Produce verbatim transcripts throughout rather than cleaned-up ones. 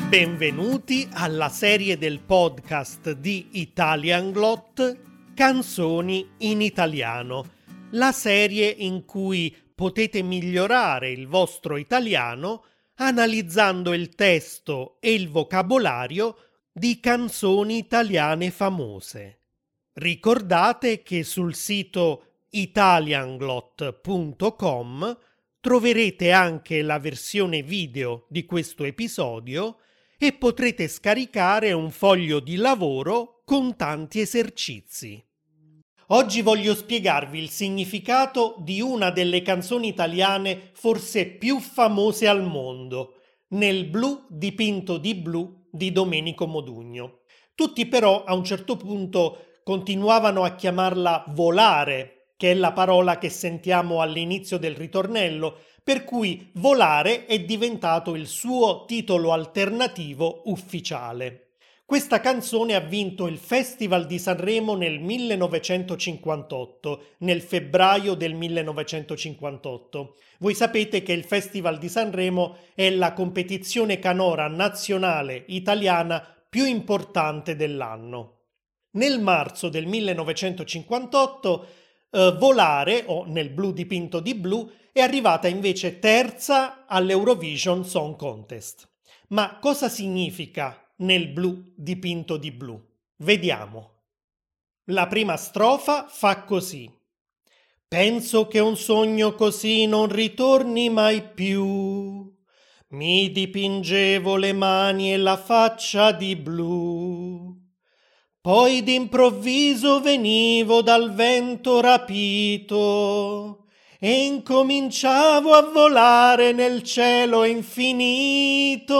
Benvenuti alla serie del podcast di Italianglot Canzoni in italiano, la serie in cui potete migliorare il vostro italiano analizzando il testo e il vocabolario di canzoni italiane famose. Ricordate che sul sito italianglot punto com troverete anche la versione video di questo episodio e potrete scaricare un foglio di lavoro con tanti esercizi. Oggi voglio spiegarvi il significato di una delle canzoni italiane forse più famose al mondo, Nel blu dipinto di blu di Domenico Modugno. Tutti però a un certo punto continuavano a chiamarla volare, che è la parola che sentiamo all'inizio del ritornello, per cui volare è diventato il suo titolo alternativo ufficiale. Questa canzone ha vinto il Festival di Sanremo nel millenovecentocinquantotto, nel febbraio del millenovecentocinquantotto. Voi sapete che il Festival di Sanremo è la competizione canora nazionale italiana più importante dell'anno. Nel marzo del millenovecentocinquantotto eh, Volare, o Nel blu dipinto di blu, è arrivata invece terza all'Eurovision Song Contest. Ma cosa significa Nel blu dipinto di blu? Vediamo. La prima strofa fa così. Penso che un sogno così non ritorni mai più. Mi dipingevo le mani e la faccia di blu. Poi d'improvviso venivo dal vento rapito e incominciavo a volare nel cielo infinito.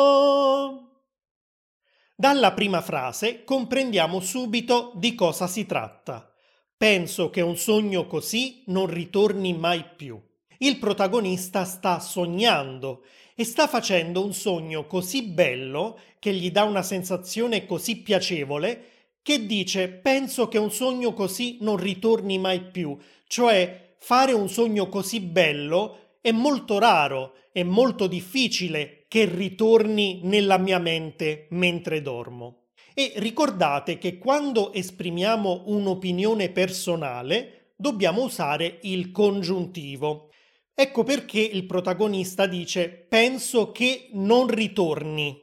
Dalla prima frase comprendiamo subito di cosa si tratta. Penso che un sogno così non ritorni mai più. Il protagonista sta sognando e sta facendo un sogno così bello che gli dà una sensazione così piacevole che dice penso che un sogno così non ritorni mai più, cioè fare un sogno così bello è molto raro, è molto difficile che ritorni nella mia mente mentre dormo. E ricordate che quando esprimiamo un'opinione personale dobbiamo usare il congiuntivo. Ecco perché il protagonista dice penso che non ritorni.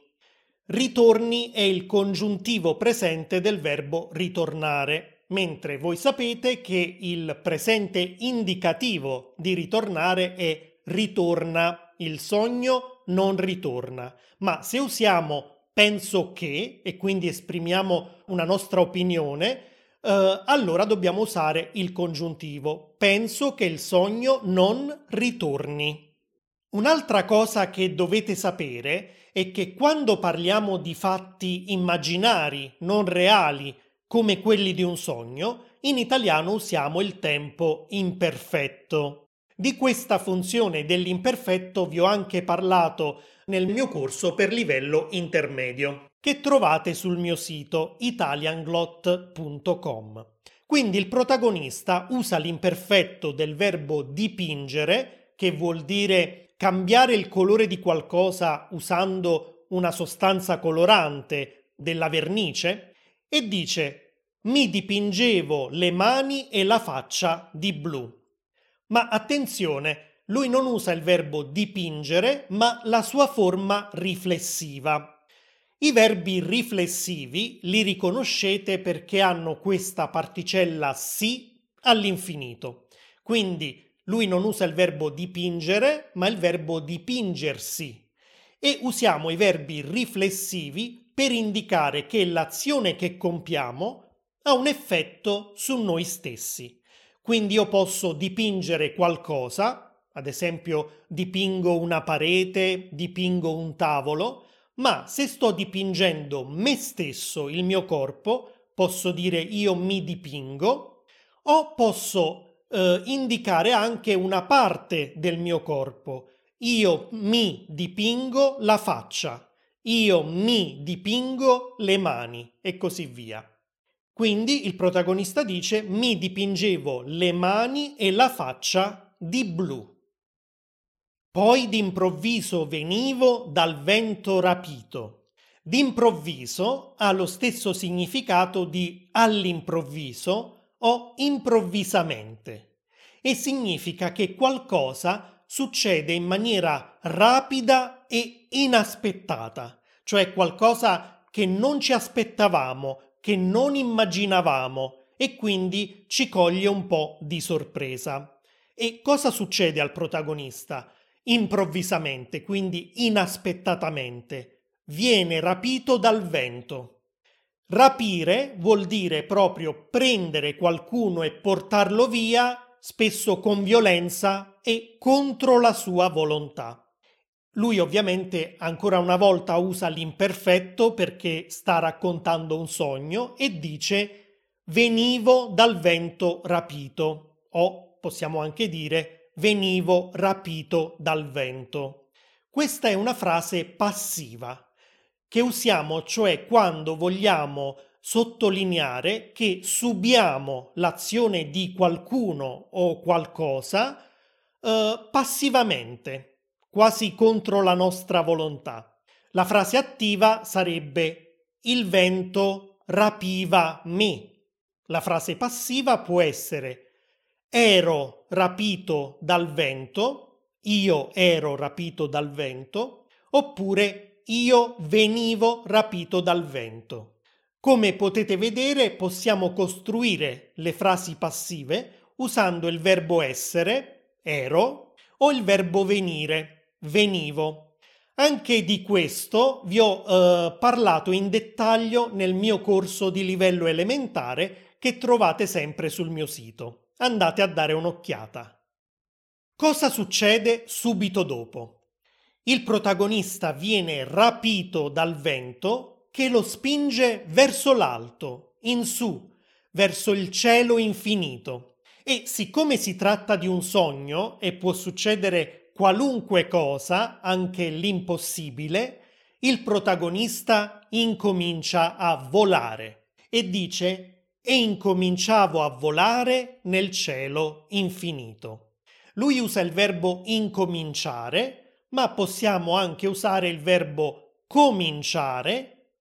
Ritorni è il congiuntivo presente del verbo ritornare, mentre voi sapete che il presente indicativo di ritornare è ritorna, il sogno non ritorna. Ma se usiamo penso che, e quindi esprimiamo una nostra opinione, eh, allora dobbiamo usare il congiuntivo. Penso che il sogno non ritorni. Un'altra cosa che dovete sapere è che quando parliamo di fatti immaginari, non reali, come quelli di un sogno, in italiano usiamo il tempo imperfetto. Di questa funzione dell'imperfetto vi ho anche parlato nel mio corso per livello intermedio, che trovate sul mio sito italianglot punto com. Quindi il protagonista usa l'imperfetto del verbo dipingere, che vuol dire cambiare il colore di qualcosa usando una sostanza colorante della vernice, e dice mi dipingevo le mani e la faccia di blu. Ma attenzione, lui non usa il verbo dipingere, ma la sua forma riflessiva. I verbi riflessivi li riconoscete perché hanno questa particella si all'infinito. Quindi lui non usa il verbo dipingere, ma il verbo dipingersi. E usiamo i verbi riflessivi per indicare che l'azione che compiamo ha un effetto su noi stessi. Quindi io posso dipingere qualcosa, ad esempio dipingo una parete, dipingo un tavolo, ma se sto dipingendo me stesso, il mio corpo, posso dire io mi dipingo, o posso eh, indicare anche una parte del mio corpo. Io mi dipingo la faccia, io mi dipingo le mani e così via. Quindi il protagonista dice mi dipingevo le mani e la faccia di blu. Poi d'improvviso venivo dal vento rapito. D'improvviso ha lo stesso significato di all'improvviso o improvvisamente e significa che qualcosa succede in maniera rapida e inaspettata, cioè qualcosa che non ci aspettavamo, che non immaginavamo e quindi ci coglie un po' di sorpresa. E cosa succede al protagonista? Improvvisamente, quindi inaspettatamente, viene rapito dal vento. Rapire vuol dire proprio prendere qualcuno e portarlo via, spesso con violenza e contro la sua volontà. Lui ovviamente ancora una volta usa l'imperfetto perché sta raccontando un sogno e dice venivo dal vento rapito, o possiamo anche dire venivo rapito dal vento. Questa è una frase passiva che usiamo cioè quando vogliamo sottolineare che subiamo l'azione di qualcuno o qualcosa eh, passivamente, quasi contro la nostra volontà. La frase attiva sarebbe il vento rapiva me. La frase passiva può essere ero rapito dal vento, io ero rapito dal vento, oppure io venivo rapito dal vento. Come potete vedere, possiamo costruire le frasi passive usando il verbo essere, ero, o il verbo venire, venivo. Anche di questo vi ho eh, parlato in dettaglio nel mio corso di livello elementare che trovate sempre sul mio sito. Andate a dare un'occhiata. Cosa succede subito dopo? Il protagonista viene rapito dal vento che lo spinge verso l'alto, in su, verso il cielo infinito. E siccome si tratta di un sogno e può succedere qualunque cosa, anche l'impossibile, il protagonista incomincia a volare e dice e incominciavo a volare nel cielo infinito. Lui usa il verbo incominciare, ma possiamo anche usare il verbo cominciare,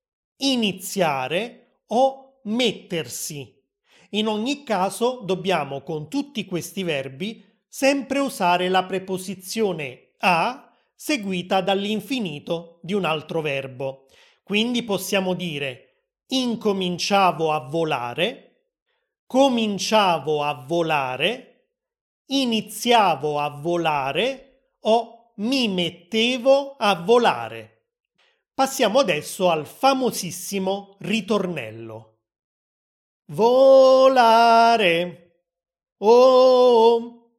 iniziare o mettersi. In ogni caso dobbiamo con tutti questi verbi sempre usare la preposizione a seguita dall'infinito di un altro verbo. Quindi possiamo dire incominciavo a volare, cominciavo a volare, iniziavo a volare o mi mettevo a volare. Passiamo adesso al famosissimo ritornello. Volare, oh,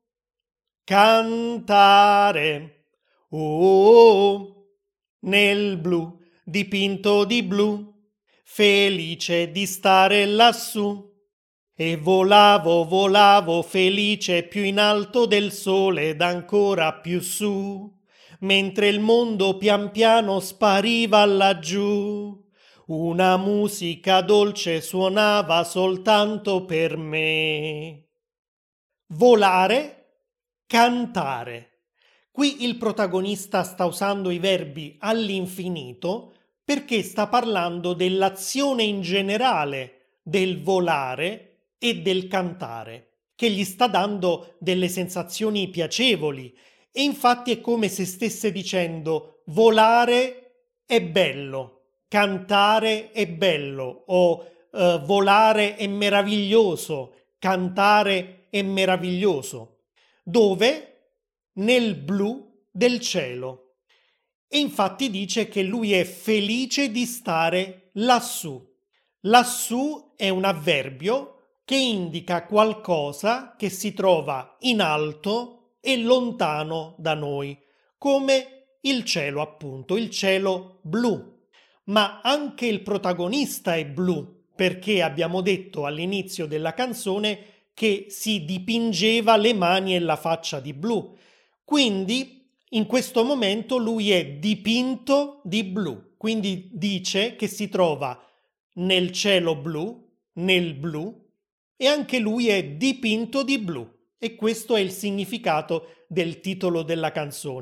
cantare, oh, nel blu, dipinto di blu, felice di stare lassù. E volavo, volavo felice più in alto del sole ed ancora più su, mentre il mondo pian piano spariva laggiù. Una musica dolce suonava soltanto per me. Volare, cantare. Qui il protagonista sta usando i verbi all'infinito perché sta parlando dell'azione in generale del volare e del cantare, che gli sta dando delle sensazioni piacevoli e infatti è come se stesse dicendo volare è bello, cantare è bello o uh, volare è meraviglioso, cantare è meraviglioso. Dove? Nel blu del cielo. E infatti dice che lui è felice di stare lassù. Lassù è un avverbio che indica qualcosa che si trova in alto e lontano da noi, come il cielo appunto, il cielo blu. Ma anche il protagonista è blu, perché abbiamo detto all'inizio della canzone che si dipingeva le mani e la faccia di blu. Quindi in questo momento lui è dipinto di blu, quindi dice che si trova nel cielo blu, nel blu, e anche lui è dipinto di blu. E questo è il significato del titolo della canzone,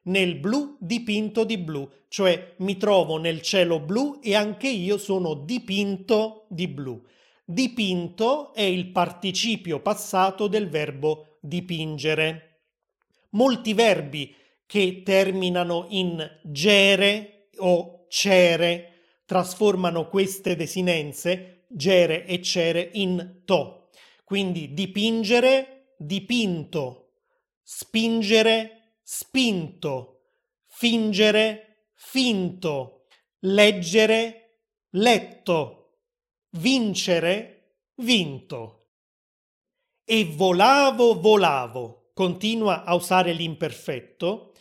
nel blu dipinto di blu, cioè mi trovo nel cielo blu e anche io sono dipinto di blu. Dipinto è il participio passato del verbo dipingere. Molti verbi che terminano in gere o cere trasformano queste desinenze, gere e cere, in to. Quindi dipingere, dipinto, spingere, spinto, fingere, finto, leggere, letto, vincere, vinto. E volavo, volavo, continua a usare l'imperfetto,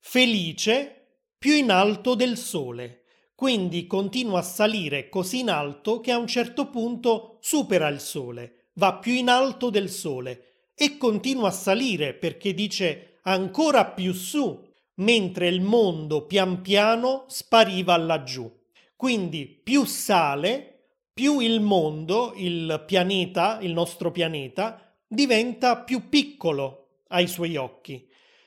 felice, più in alto del sole. Quindi continua a salire così in alto che a un certo punto supera il sole, va più in alto del sole e continua a salire perché dice ancora più su, mentre il mondo pian piano spariva laggiù. Quindi più sale, più il mondo, il pianeta, il nostro pianeta, diventa più piccolo ai suoi occhi.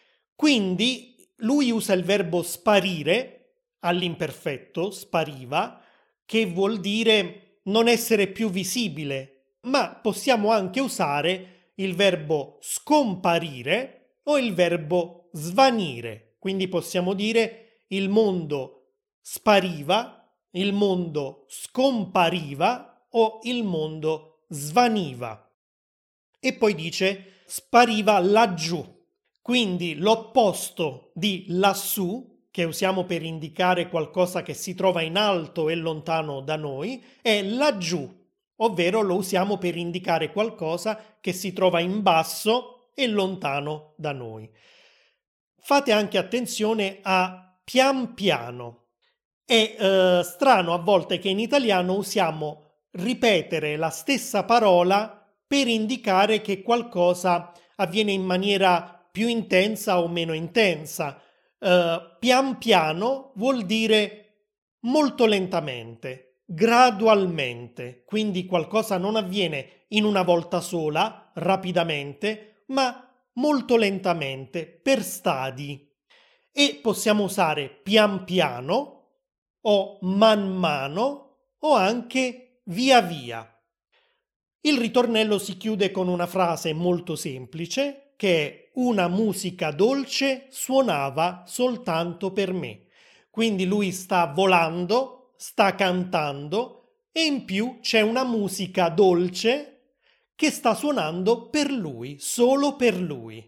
Quindi lui usa il verbo sparire all'imperfetto, spariva, che vuol dire non essere più visibile, ma possiamo anche usare il verbo scomparire o il verbo svanire. Quindi possiamo dire il mondo spariva, il mondo scompariva o il mondo svaniva. E poi dice spariva laggiù. Quindi l'opposto di lassù, che usiamo per indicare qualcosa che si trova in alto e lontano da noi, è laggiù, ovvero lo usiamo per indicare qualcosa che si trova in basso e lontano da noi. Fate anche attenzione a pian piano. È eh, strano a volte che in italiano usiamo ripetere la stessa parola per indicare che qualcosa avviene in maniera più intensa o meno intensa. Uh, pian piano vuol dire molto lentamente, gradualmente, quindi qualcosa non avviene in una volta sola, rapidamente, ma molto lentamente, per stadi. E possiamo usare pian piano o man mano o anche via via. Il ritornello si chiude con una frase molto semplice che è una musica dolce suonava soltanto per me. Quindi lui sta volando, sta cantando e in più c'è una musica dolce che sta suonando per lui, solo per lui.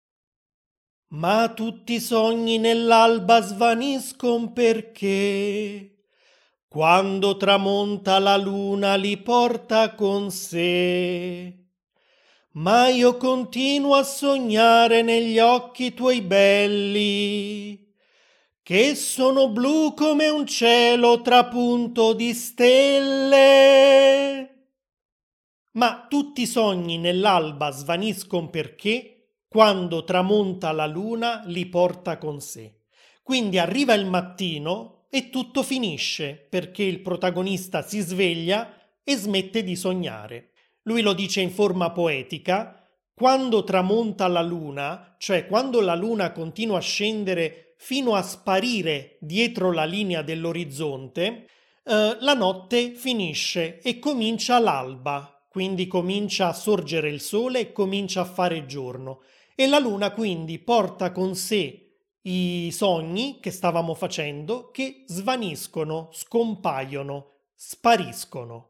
Ma tutti i sogni nell'alba svaniscono perché quando tramonta la luna li porta con sé. Ma io continuo a sognare negli occhi tuoi belli, che sono blu come un cielo trapunto di stelle. Ma tutti i sogni nell'alba svaniscono perché, quando tramonta la luna, li porta con sé. Quindi arriva il mattino e tutto finisce, perché il protagonista si sveglia e smette di sognare. Lui lo dice in forma poetica, quando tramonta la luna, cioè quando la luna continua a scendere fino a sparire dietro la linea dell'orizzonte, eh, la notte finisce e comincia l'alba, quindi comincia a sorgere il sole e comincia a fare giorno. E la luna quindi porta con sé i sogni che stavamo facendo che svaniscono, scompaiono, spariscono.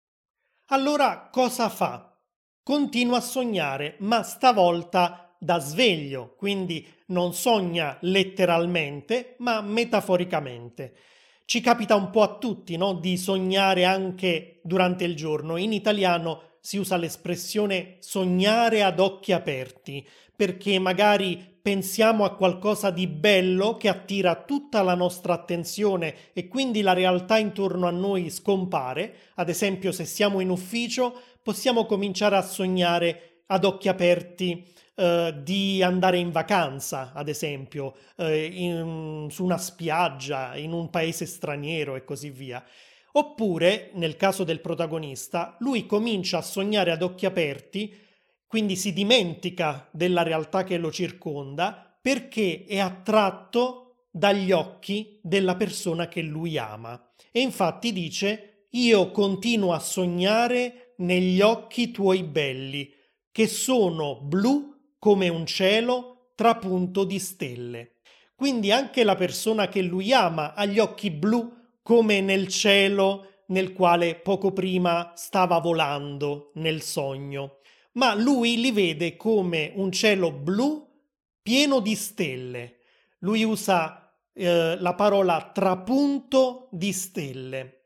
Allora cosa fa? Continua a sognare, ma stavolta da sveglio, quindi non sogna letteralmente, ma metaforicamente. Ci capita un po' a tutti, no? Di sognare anche durante il giorno. In italiano si usa l'espressione sognare ad occhi aperti, perché magari pensiamo a qualcosa di bello che attira tutta la nostra attenzione e quindi la realtà intorno a noi scompare. Ad esempio, se siamo in ufficio, possiamo cominciare a sognare ad occhi aperti eh, di andare in vacanza, ad esempio, eh, in, su una spiaggia, in un paese straniero e così via. Oppure, nel caso del protagonista, lui comincia a sognare ad occhi aperti, quindi si dimentica della realtà che lo circonda, perché è attratto dagli occhi della persona che lui ama. E infatti dice: io continuo a sognare negli occhi tuoi belli, che sono blu come un cielo trapunto di stelle. Quindi anche la persona che lui ama ha gli occhi blu come nel cielo nel quale poco prima stava volando nel sogno, ma lui li vede come un cielo blu pieno di stelle. Lui usa eh, la parola trapunto di stelle.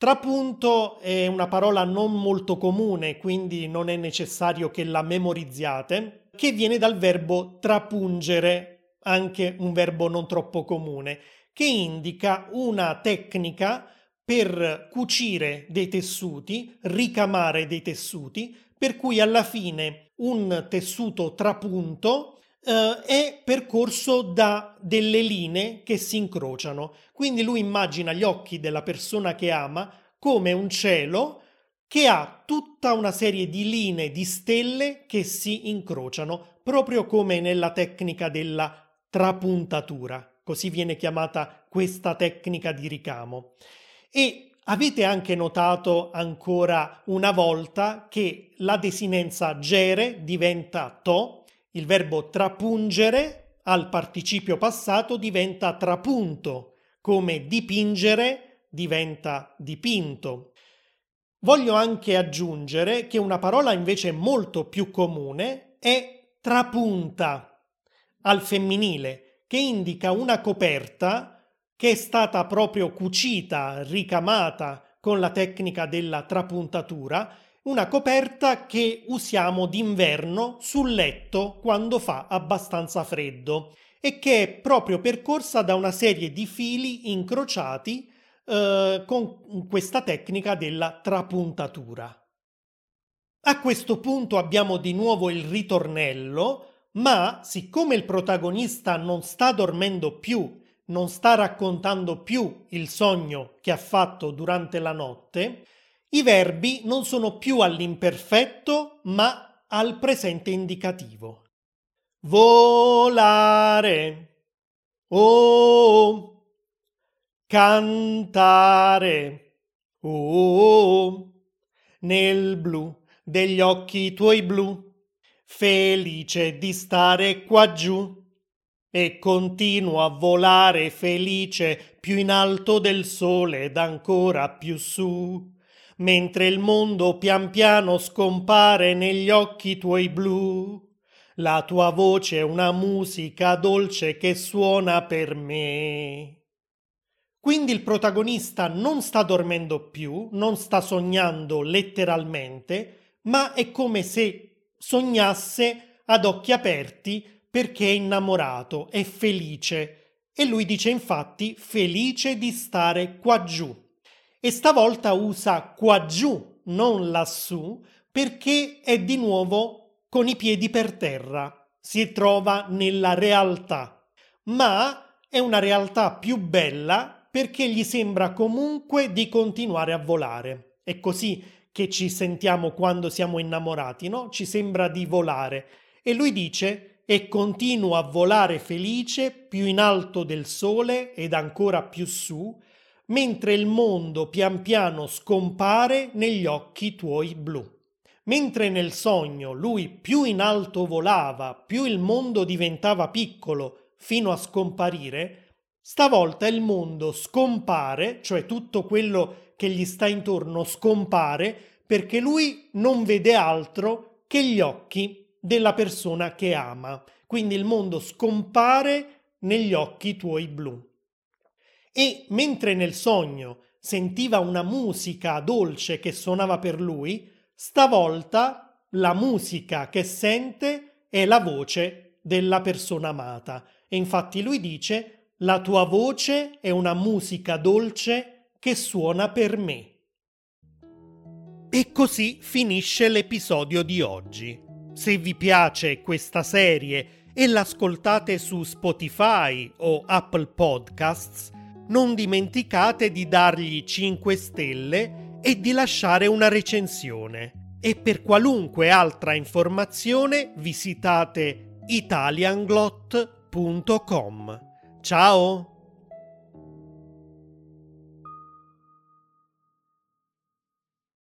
Trapunto è una parola non molto comune, quindi non è necessario che la memorizziate, che viene dal verbo trapungere, anche un verbo non troppo comune, che indica una tecnica per cucire dei tessuti, ricamare dei tessuti, per cui alla fine un tessuto trapunto eh, è percorso da delle linee che si incrociano. Quindi lui immagina gli occhi della persona che ama come un cielo che ha tutta una serie di linee di stelle che si incrociano, proprio come nella tecnica della trapuntatura. Così viene chiamata questa tecnica di ricamo. E avete anche notato ancora una volta che la desinenza gere diventa to, il verbo trapungere al participio passato diventa trapunto, come dipingere diventa dipinto. Voglio anche aggiungere che una parola invece molto più comune è trapunta al femminile, che indica una coperta che è stata proprio cucita, ricamata con la tecnica della trapuntatura, una coperta che usiamo d'inverno sul letto quando fa abbastanza freddo e che è proprio percorsa da una serie di fili incrociati eh, con questa tecnica della trapuntatura. A questo punto abbiamo di nuovo il ritornello, ma siccome il protagonista non sta dormendo più, non sta raccontando più il sogno che ha fatto durante la notte, i verbi non sono più all'imperfetto ma al presente indicativo. Volare, oh, cantare, oh, nel blu degli occhi tuoi blu, felice di stare qua giù. E continuo a volare felice più in alto del sole ed ancora più su, mentre il mondo pian piano scompare negli occhi tuoi blu. La tua voce è una musica dolce che suona per me. Quindi il protagonista non sta dormendo più, non sta sognando letteralmente, ma è come se sognasse ad occhi aperti perché è innamorato, è felice. E lui dice infatti felice di stare qua giù. E stavolta usa qua giù, non lassù, perché è di nuovo con i piedi per terra, si trova nella realtà. Ma è una realtà più bella perché gli sembra comunque di continuare a volare. È così che ci sentiamo quando siamo innamorati, no? Ci sembra di volare. E lui dice e continuo a volare felice più in alto del sole ed ancora più su, mentre il mondo pian piano scompare negli occhi tuoi blu. Mentre nel sogno lui più in alto volava, più il mondo diventava piccolo fino a scomparire, stavolta il mondo scompare, cioè tutto quello che gli sta intorno scompare, perché lui non vede altro che gli occhi della persona che ama. Quindi il mondo scompare negli occhi tuoi blu. E mentre nel sogno sentiva una musica dolce che suonava per lui, stavolta la musica che sente è la voce della persona amata. E infatti lui dice: la tua voce è una musica dolce che suona per me. E così finisce l'episodio di oggi. Se vi piace questa serie e l'ascoltate su Spotify o Apple Podcasts, non dimenticate di dargli cinque stelle e di lasciare una recensione. E per qualunque altra informazione visitate italianglot punto punto com. Ciao!